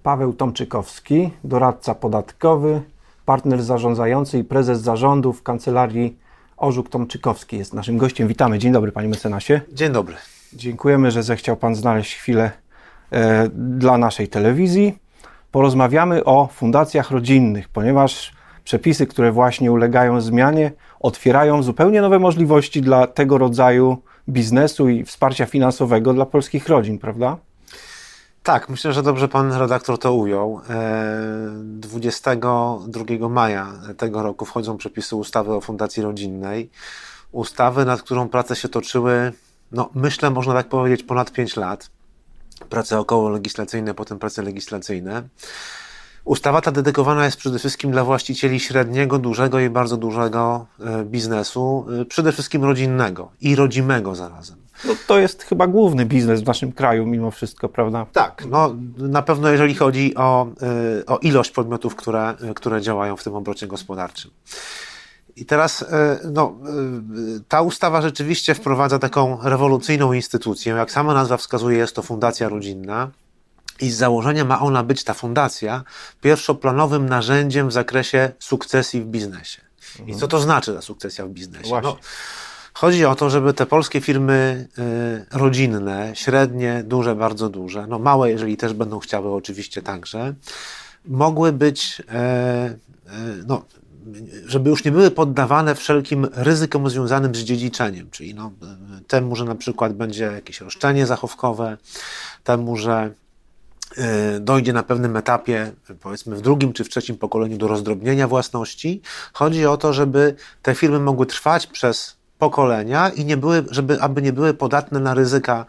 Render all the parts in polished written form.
Paweł Tomczykowski, doradca podatkowy, partner zarządzający i prezes zarządu w kancelarii Orzuk-Tomczykowski jest naszym gościem. Witamy. Dzień dobry, panie mecenasie. Dzień dobry. Dziękujemy, że zechciał pan znaleźć chwilę dla naszej telewizji. Porozmawiamy o fundacjach rodzinnych, ponieważ przepisy, które właśnie ulegają zmianie, otwierają zupełnie nowe możliwości dla tego rodzaju biznesu i wsparcia finansowego dla polskich rodzin, prawda? Tak, myślę, że dobrze pan redaktor to ujął. 22 maja tego roku wchodzą przepisy ustawy o Fundacji Rodzinnej. Ustawy, nad którą prace się toczyły, myślę, można tak powiedzieć, ponad 5 lat. Prace okołolegislacyjne, potem prace legislacyjne. Ustawa ta dedykowana jest przede wszystkim dla właścicieli średniego, dużego i bardzo dużego biznesu, przede wszystkim rodzinnego i rodzimego zarazem. To jest chyba główny biznes w naszym kraju mimo wszystko, prawda? Tak, na pewno jeżeli chodzi o ilość podmiotów, które działają w tym obrocie gospodarczym. I teraz ta ustawa rzeczywiście wprowadza taką rewolucyjną instytucję. Jak sama nazwa wskazuje, jest to Fundacja Rodzinna. I z założenia ma ona być, ta fundacja, pierwszoplanowym narzędziem w zakresie sukcesji w biznesie. I co to znaczy ta sukcesja w biznesie? Chodzi o to, żeby te polskie firmy rodzinne, średnie, duże, bardzo duże, małe, jeżeli też będą chciały oczywiście także, mogły być, żeby już nie były poddawane wszelkim ryzykom związanym z dziedziczeniem, czyli temu, że na przykład będzie jakieś roszczenie zachowkowe, temu, że dojdzie na pewnym etapie, powiedzmy w drugim czy w trzecim pokoleniu do rozdrobnienia własności. Chodzi o to, żeby te firmy mogły trwać przez pokolenia i aby nie były podatne na ryzyka,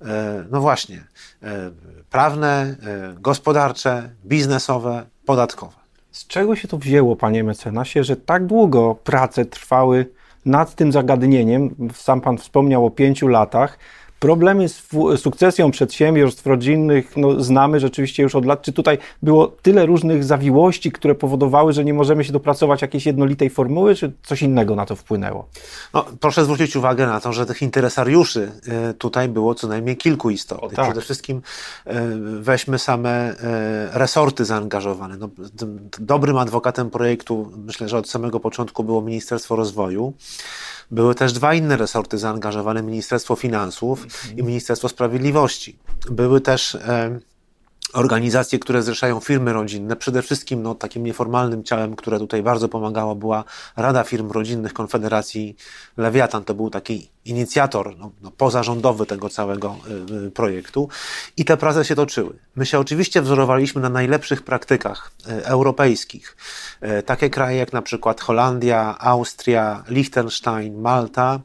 prawne, gospodarcze, biznesowe, podatkowe. Z czego się to wzięło, panie mecenasie, że tak długo prace trwały nad tym zagadnieniem? Sam pan wspomniał o 5 latach. Problemy z sukcesją przedsiębiorstw rodzinnych znamy rzeczywiście już od lat. Czy tutaj było tyle różnych zawiłości, które powodowały, że nie możemy się dopracować jakiejś jednolitej formuły, czy coś innego na to wpłynęło? Proszę zwrócić uwagę na to, że tych interesariuszy tutaj było co najmniej kilku istotnych. Tak. Przede wszystkim weźmy same resorty zaangażowane. Dobrym adwokatem projektu, myślę, że od samego początku było Ministerstwo Rozwoju. Były też 2 inne resorty zaangażowane, Ministerstwo Finansów i Ministerstwo Sprawiedliwości. Były też organizacje, które zrzeszają firmy rodzinne. Przede wszystkim takim nieformalnym ciałem, które tutaj bardzo pomagało, była Rada Firm Rodzinnych Konfederacji Lewiatan. To był taki inicjator pozarządowy tego całego projektu i te prace się toczyły. My się oczywiście wzorowaliśmy na najlepszych praktykach europejskich. Takie kraje jak na przykład Holandia, Austria, Liechtenstein, Malta,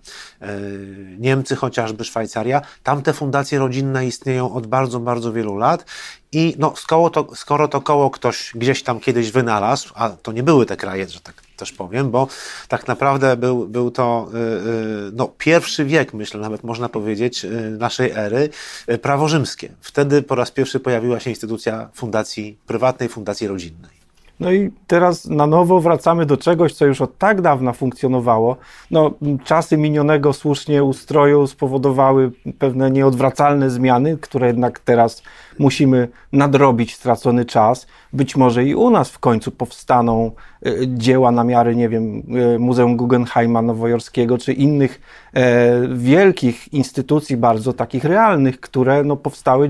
Niemcy chociażby, Szwajcaria. Tam te fundacje rodzinne istnieją od bardzo, bardzo wielu lat i skoro to koło ktoś gdzieś tam kiedyś wynalazł, a to nie były te kraje, że tak też powiem, bo tak naprawdę był to pierwszy wiek, myślę, nawet można powiedzieć, naszej ery, prawo rzymskie. Wtedy po raz pierwszy pojawiła się instytucja fundacji prywatnej, fundacji rodzinnej. I teraz na nowo wracamy do czegoś, co już od tak dawna funkcjonowało. Czasy minionego słusznie ustroju spowodowały pewne nieodwracalne zmiany, które jednak teraz musimy nadrobić stracony czas. Być może i u nas w końcu powstaną dzieła na miarę, Muzeum Guggenheima Nowojorskiego, czy innych wielkich instytucji, bardzo takich realnych, które powstały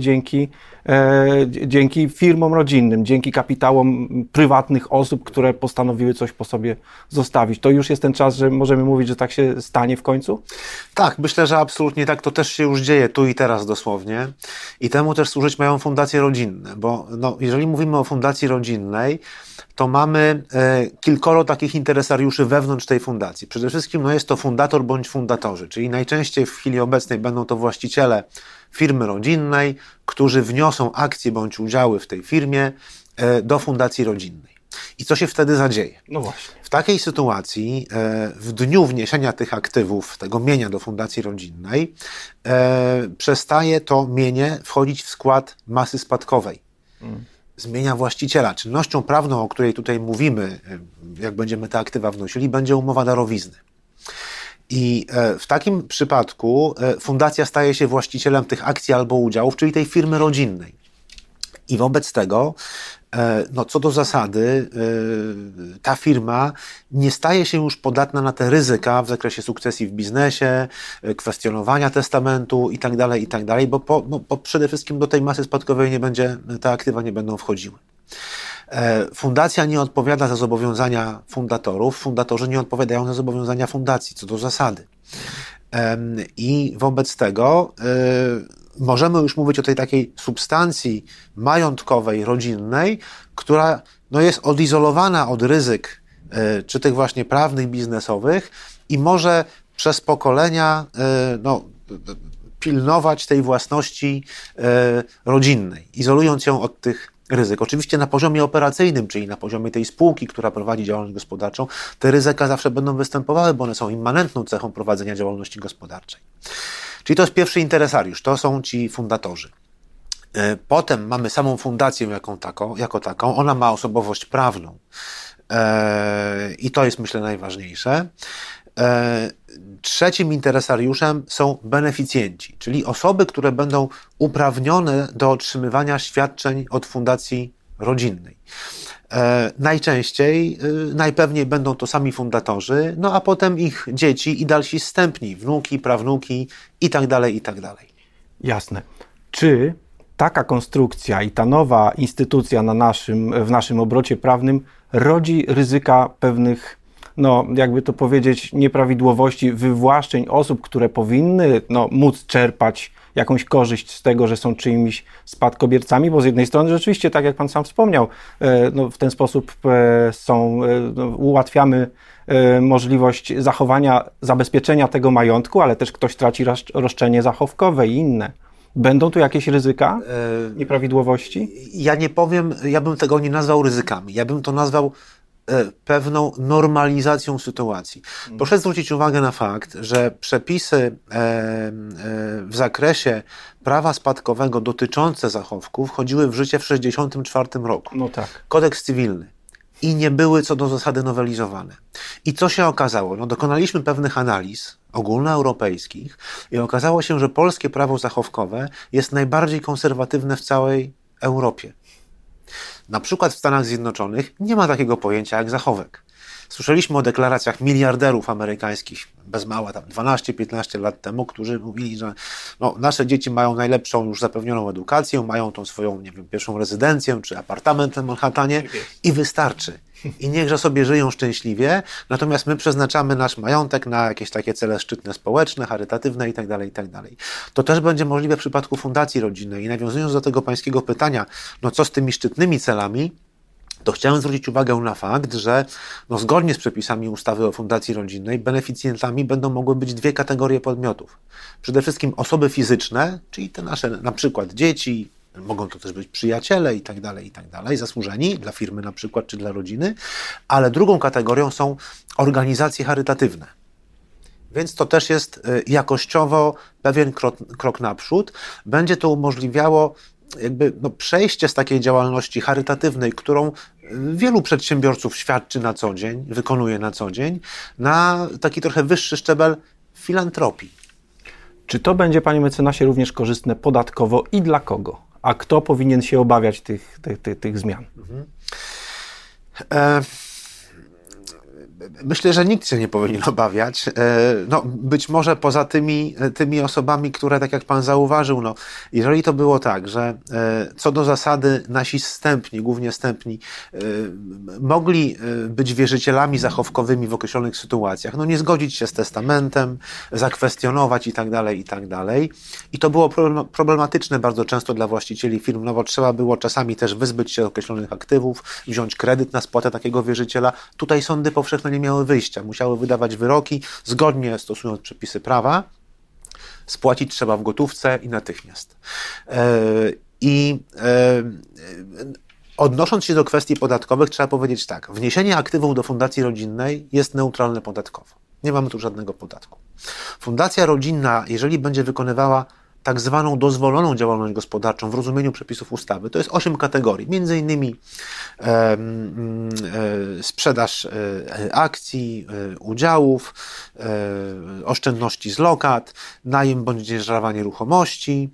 dzięki firmom rodzinnym, dzięki kapitałom prywatnych osób, które postanowiły coś po sobie zostawić. To już jest ten czas, że możemy mówić, że tak się stanie w końcu? Tak, myślę, że absolutnie tak. To też się już dzieje tu i teraz dosłownie. I temu też służyć mają fundacje rodzinne, bo jeżeli mówimy o fundacji rodzinnej, to mamy kilkoro takich interesariuszy wewnątrz tej fundacji. Przede wszystkim jest to fundator bądź fundatorzy, czyli najczęściej w chwili obecnej będą to właściciele firmy rodzinnej, którzy wniosą akcje bądź udziały w tej firmie do fundacji rodzinnej. I co się wtedy zadzieje? Właśnie. W takiej sytuacji w dniu wniesienia tych aktywów, tego mienia do fundacji rodzinnej, przestaje to mienie wchodzić w skład masy spadkowej. Zmienia właściciela. Czynnością prawną, o której tutaj mówimy, jak będziemy te aktywa wnosili, będzie umowa darowizny. I w takim przypadku fundacja staje się właścicielem tych akcji albo udziałów, czyli tej firmy rodzinnej. I wobec tego, no co do zasady, ta firma nie staje się już podatna na te ryzyka w zakresie sukcesji w biznesie, kwestionowania testamentu i tak dalej, bo przede wszystkim do tej masy spadkowej te aktywa nie będą wchodziły. Fundacja nie odpowiada za zobowiązania fundatorów, fundatorzy nie odpowiadają za zobowiązania fundacji, co do zasady. I wobec tego możemy już mówić o tej takiej substancji majątkowej, rodzinnej, która no, jest odizolowana od ryzyk, czy tych właśnie prawnych, biznesowych i może przez pokolenia no, pilnować tej własności rodzinnej, izolując ją od tych ryzyk. Oczywiście na poziomie operacyjnym, czyli na poziomie tej spółki, która prowadzi działalność gospodarczą, te ryzyka zawsze będą występowały, bo one są immanentną cechą prowadzenia działalności gospodarczej. Czyli to jest pierwszy interesariusz, to są ci fundatorzy. Potem mamy samą fundację jako taką, ona ma osobowość prawną i to jest, myślę, najważniejsze. Trzecim interesariuszem są beneficjenci, czyli osoby, które będą uprawnione do otrzymywania świadczeń od fundacji rodzinnej. Najczęściej, najpewniej będą to sami fundatorzy, no a potem ich dzieci i dalsi zstępni, wnuki, prawnuki i tak dalej, i tak dalej. Jasne. Czy taka konstrukcja i ta nowa instytucja w naszym obrocie prawnym rodzi ryzyka pewnych, no jakby to powiedzieć, nieprawidłowości, wywłaszczeń osób, które powinny móc czerpać jakąś korzyść z tego, że są czyimiś spadkobiercami, bo z jednej strony rzeczywiście, tak jak pan sam wspomniał, w ten sposób ułatwiamy możliwość zachowania, zabezpieczenia tego majątku, ale też ktoś traci roszczenie zachowkowe i inne. Będą tu jakieś ryzyka, nieprawidłowości? Ja nie powiem, ja bym tego nie nazwał ryzykami, ja bym to nazwał pewną normalizacją sytuacji. Proszę zwrócić uwagę na fakt, że przepisy w zakresie prawa spadkowego dotyczące zachowków wchodziły w życie w 1964 roku. No tak. Kodeks cywilny. I nie były co do zasady nowelizowane. I co się okazało? No, dokonaliśmy pewnych analiz ogólnoeuropejskich i okazało się, że polskie prawo zachowkowe jest najbardziej konserwatywne w całej Europie. Na przykład w Stanach Zjednoczonych nie ma takiego pojęcia jak zachowek. Słyszeliśmy o deklaracjach miliarderów amerykańskich, bez mała tam 12-15 lat temu, którzy mówili, że nasze dzieci mają najlepszą już zapewnioną edukację, mają tą swoją, nie wiem, pierwszą rezydencję czy apartament w Manhattanie i wystarczy. I niechże sobie żyją szczęśliwie, natomiast my przeznaczamy nasz majątek na jakieś takie cele szczytne społeczne, charytatywne itd., itd. To też będzie możliwe w przypadku fundacji rodzinnej. I nawiązując do tego pańskiego pytania, co z tymi szczytnymi celami, to chciałem zwrócić uwagę na fakt, że zgodnie z przepisami ustawy o fundacji rodzinnej beneficjentami będą mogły być dwie kategorie podmiotów. Przede wszystkim osoby fizyczne, czyli te nasze na przykład dzieci, mogą to też być przyjaciele i tak dalej, zasłużeni dla firmy na przykład, czy dla rodziny, ale drugą kategorią są organizacje charytatywne. Więc to też jest jakościowo pewien krok naprzód. Będzie to umożliwiało przejście z takiej działalności charytatywnej, którą wielu przedsiębiorców świadczy na co dzień, wykonuje na co dzień, na taki trochę wyższy szczebel filantropii. Czy to będzie, panie mecenasie, również korzystne podatkowo i dla kogo? A kto powinien się obawiać tych zmian? Myślę, że nikt się nie powinien obawiać. Być może poza tymi osobami, które, tak jak pan zauważył, jeżeli to było tak, że co do zasady nasi głównie zstępni, mogli być wierzycielami zachowkowymi w określonych sytuacjach, nie zgodzić się z testamentem, zakwestionować i tak dalej. I to było problematyczne bardzo często dla właścicieli firm, bo trzeba było czasami też wyzbyć się określonych aktywów, wziąć kredyt na spłatę takiego wierzyciela. Tutaj sądy powszechne nie miały wyjścia, musiały wydawać wyroki, zgodnie stosując przepisy prawa, spłacić trzeba w gotówce i natychmiast. Odnosząc się do kwestii podatkowych, trzeba powiedzieć tak, wniesienie aktywów do fundacji rodzinnej jest neutralne podatkowo. Nie mamy tu żadnego podatku. Fundacja rodzinna, jeżeli będzie wykonywała tak zwaną dozwoloną działalność gospodarczą w rozumieniu przepisów ustawy, to jest 8 kategorii, między innymi sprzedaż akcji, udziałów, oszczędności z lokat, najem bądź dzierżawa nieruchomości,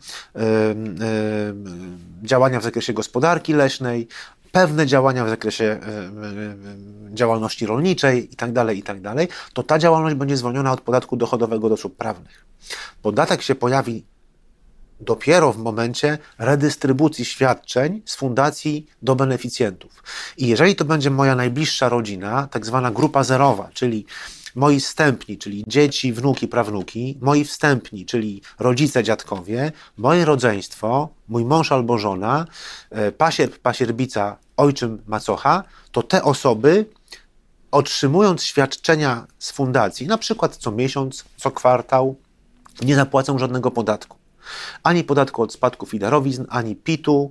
działania w zakresie gospodarki leśnej, pewne działania w zakresie działalności rolniczej itd., to ta działalność będzie zwolniona od podatku dochodowego od osób prawnych. Podatek się pojawi dopiero w momencie redystrybucji świadczeń z fundacji do beneficjentów. I jeżeli to będzie moja najbliższa rodzina, tak zwana grupa zerowa, czyli moi wstępni, czyli dzieci, wnuki, prawnuki, moi wstępni, czyli rodzice, dziadkowie, moje rodzeństwo, mój mąż albo żona, pasierb, pasierbica, ojczym, macocha, to te osoby, otrzymując świadczenia z fundacji, na przykład co miesiąc, co kwartał, nie zapłacą żadnego podatku. Ani podatku od spadków i darowizn, ani PIT-u,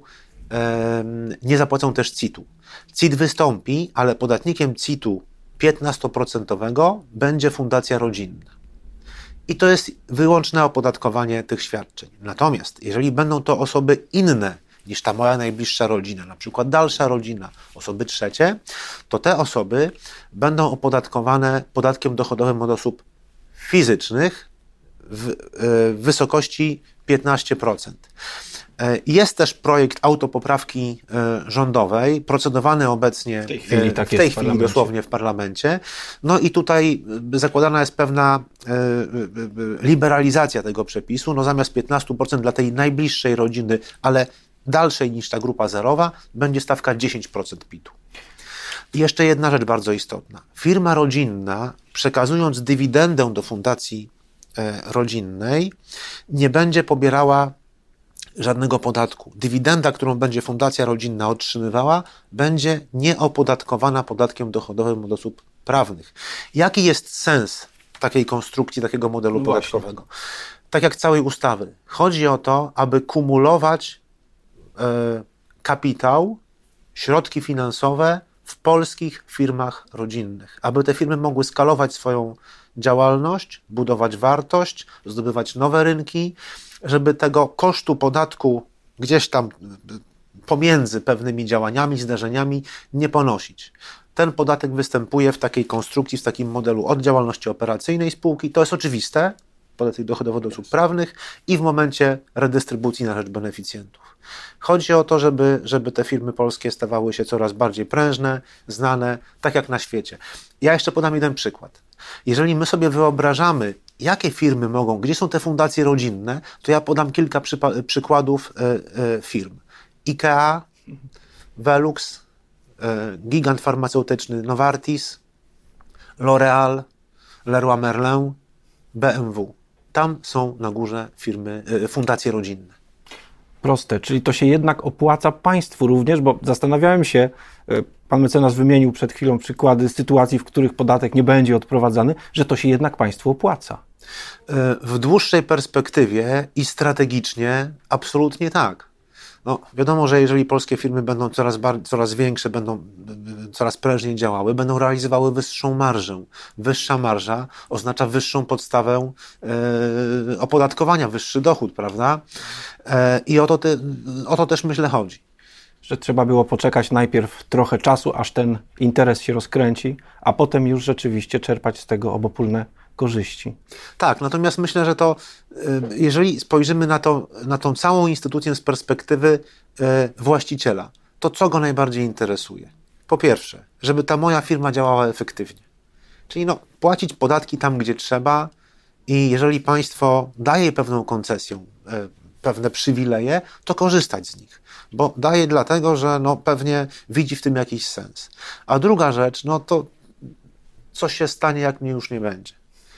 nie zapłacą też CIT-u. CIT wystąpi, ale podatnikiem CIT-u 15% będzie fundacja rodzinna. I to jest wyłączne opodatkowanie tych świadczeń. Natomiast jeżeli będą to osoby inne niż ta moja najbliższa rodzina, na przykład dalsza rodzina, osoby trzecie, to te osoby będą opodatkowane podatkiem dochodowym od osób fizycznych w wysokości 15%. Jest też projekt autopoprawki rządowej, procedowany obecnie w tej chwili dosłownie w parlamencie. No i tutaj zakładana jest pewna liberalizacja tego przepisu. No zamiast 15% dla tej najbliższej rodziny, ale dalszej niż ta grupa zerowa, będzie stawka 10% PIT-u. I jeszcze jedna rzecz bardzo istotna. Firma rodzinna, przekazując dywidendę do fundacji rodzinnej, nie będzie pobierała żadnego podatku. Dywidenda, którą będzie fundacja rodzinna otrzymywała, będzie nieopodatkowana podatkiem dochodowym od osób prawnych. Jaki jest sens takiej konstrukcji, takiego modelu podatkowego? Tak jak całej ustawy. Chodzi o to, aby kumulować kapitał, środki finansowe w polskich firmach rodzinnych. Aby te firmy mogły skalować swoją działalność, budować wartość, zdobywać nowe rynki, żeby tego kosztu podatku gdzieś tam pomiędzy pewnymi działaniami, zdarzeniami nie ponosić. Ten podatek występuje w takiej konstrukcji, w takim modelu od działalności operacyjnej spółki. To jest oczywiste, podatek dochodowy od osób prawnych i w momencie redystrybucji na rzecz beneficjentów. Chodzi o to, żeby te firmy polskie stawały się coraz bardziej prężne, znane, tak jak na świecie. Ja jeszcze podam jeden przykład. Jeżeli my sobie wyobrażamy, jakie firmy mogą, gdzie są te fundacje rodzinne, to ja podam kilka przykładów firm. IKEA, Velux, gigant farmaceutyczny Novartis, L'Oréal, Leroy Merlin, BMW. Tam są na górze firmy, fundacje rodzinne. Proste, czyli to się jednak opłaca państwu również, bo zastanawiałem się, pan mecenas wymienił przed chwilą przykłady sytuacji, w których podatek nie będzie odprowadzany, że to się jednak państwu opłaca. W dłuższej perspektywie i strategicznie absolutnie tak. No, wiadomo, że jeżeli polskie firmy będą coraz większe, będą coraz prężniej działały, będą realizowały wyższą marżę. Wyższa marża oznacza wyższą podstawę opodatkowania, wyższy dochód, prawda? I o to też myślę chodzi. Że trzeba było poczekać najpierw trochę czasu, aż ten interes się rozkręci, a potem już rzeczywiście czerpać z tego obopólne korzyści. Tak, natomiast myślę, że to, jeżeli spojrzymy na tą całą instytucję z perspektywy właściciela, to co go najbardziej interesuje? Po pierwsze, żeby ta moja firma działała efektywnie. Czyli płacić podatki tam, gdzie trzeba i jeżeli państwo daje pewną koncesję, pewne przywileje, to korzystać z nich. Bo daje dlatego, że pewnie widzi w tym jakiś sens. A druga rzecz, to co się stanie, jak mnie już nie będzie.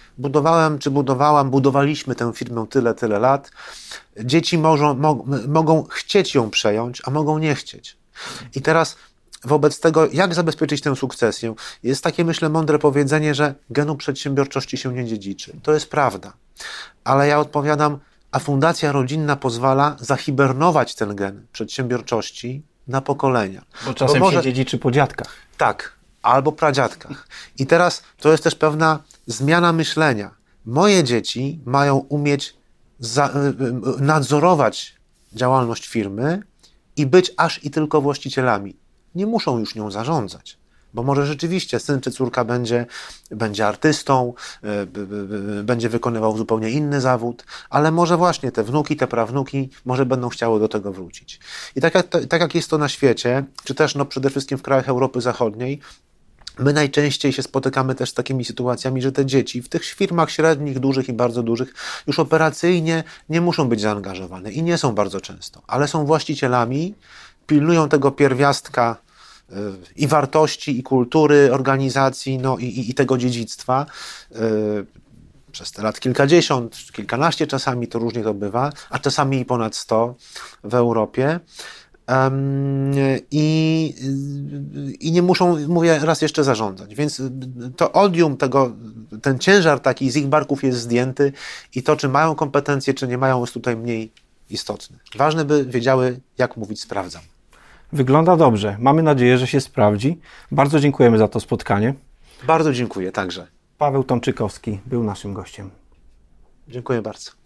Budowaliśmy tę firmę tyle lat. Dzieci mogą chcieć ją przejąć, a mogą nie chcieć. I teraz wobec tego, jak zabezpieczyć tę sukcesję? Jest takie, myślę, mądre powiedzenie, że genu przedsiębiorczości się nie dziedziczy. To jest prawda. Ale ja odpowiadam, a fundacja rodzinna pozwala zahibernować ten gen przedsiębiorczości na pokolenia. Bo czasem się dziedziczy po dziadkach. Tak, albo pradziadkach. I teraz to jest też pewna zmiana myślenia. Moje dzieci mają umieć nadzorować działalność firmy i być aż i tylko właścicielami. nie muszą już nią zarządzać. Bo może rzeczywiście syn czy córka będzie artystą, będzie wykonywał zupełnie inny zawód, ale może właśnie te wnuki, te prawnuki może będą chciały do tego wrócić. I tak jak jest to na świecie, czy też przede wszystkim w krajach Europy Zachodniej, my najczęściej się spotykamy też z takimi sytuacjami, że te dzieci w tych firmach średnich, dużych i bardzo dużych już operacyjnie nie muszą być zaangażowane i nie są bardzo często, ale są właścicielami, pilnują tego pierwiastka i wartości, i kultury organizacji, i tego dziedzictwa. Przez te lat kilkadziesiąt, kilkanaście czasami, to różnie to bywa, a czasami i ponad 100 w Europie. I nie muszą, mówię raz jeszcze, zarządzać. Więc to odium ten ciężar taki z ich barków jest zdjęty i to, czy mają kompetencje, czy nie mają, jest tutaj mniej istotne. Ważne, by wiedziały, jak mówić sprawdzam. Wygląda dobrze. Mamy nadzieję, że się sprawdzi. Bardzo dziękujemy za to spotkanie. Bardzo dziękuję także. Paweł Tomczykowski był naszym gościem. Dziękuję bardzo.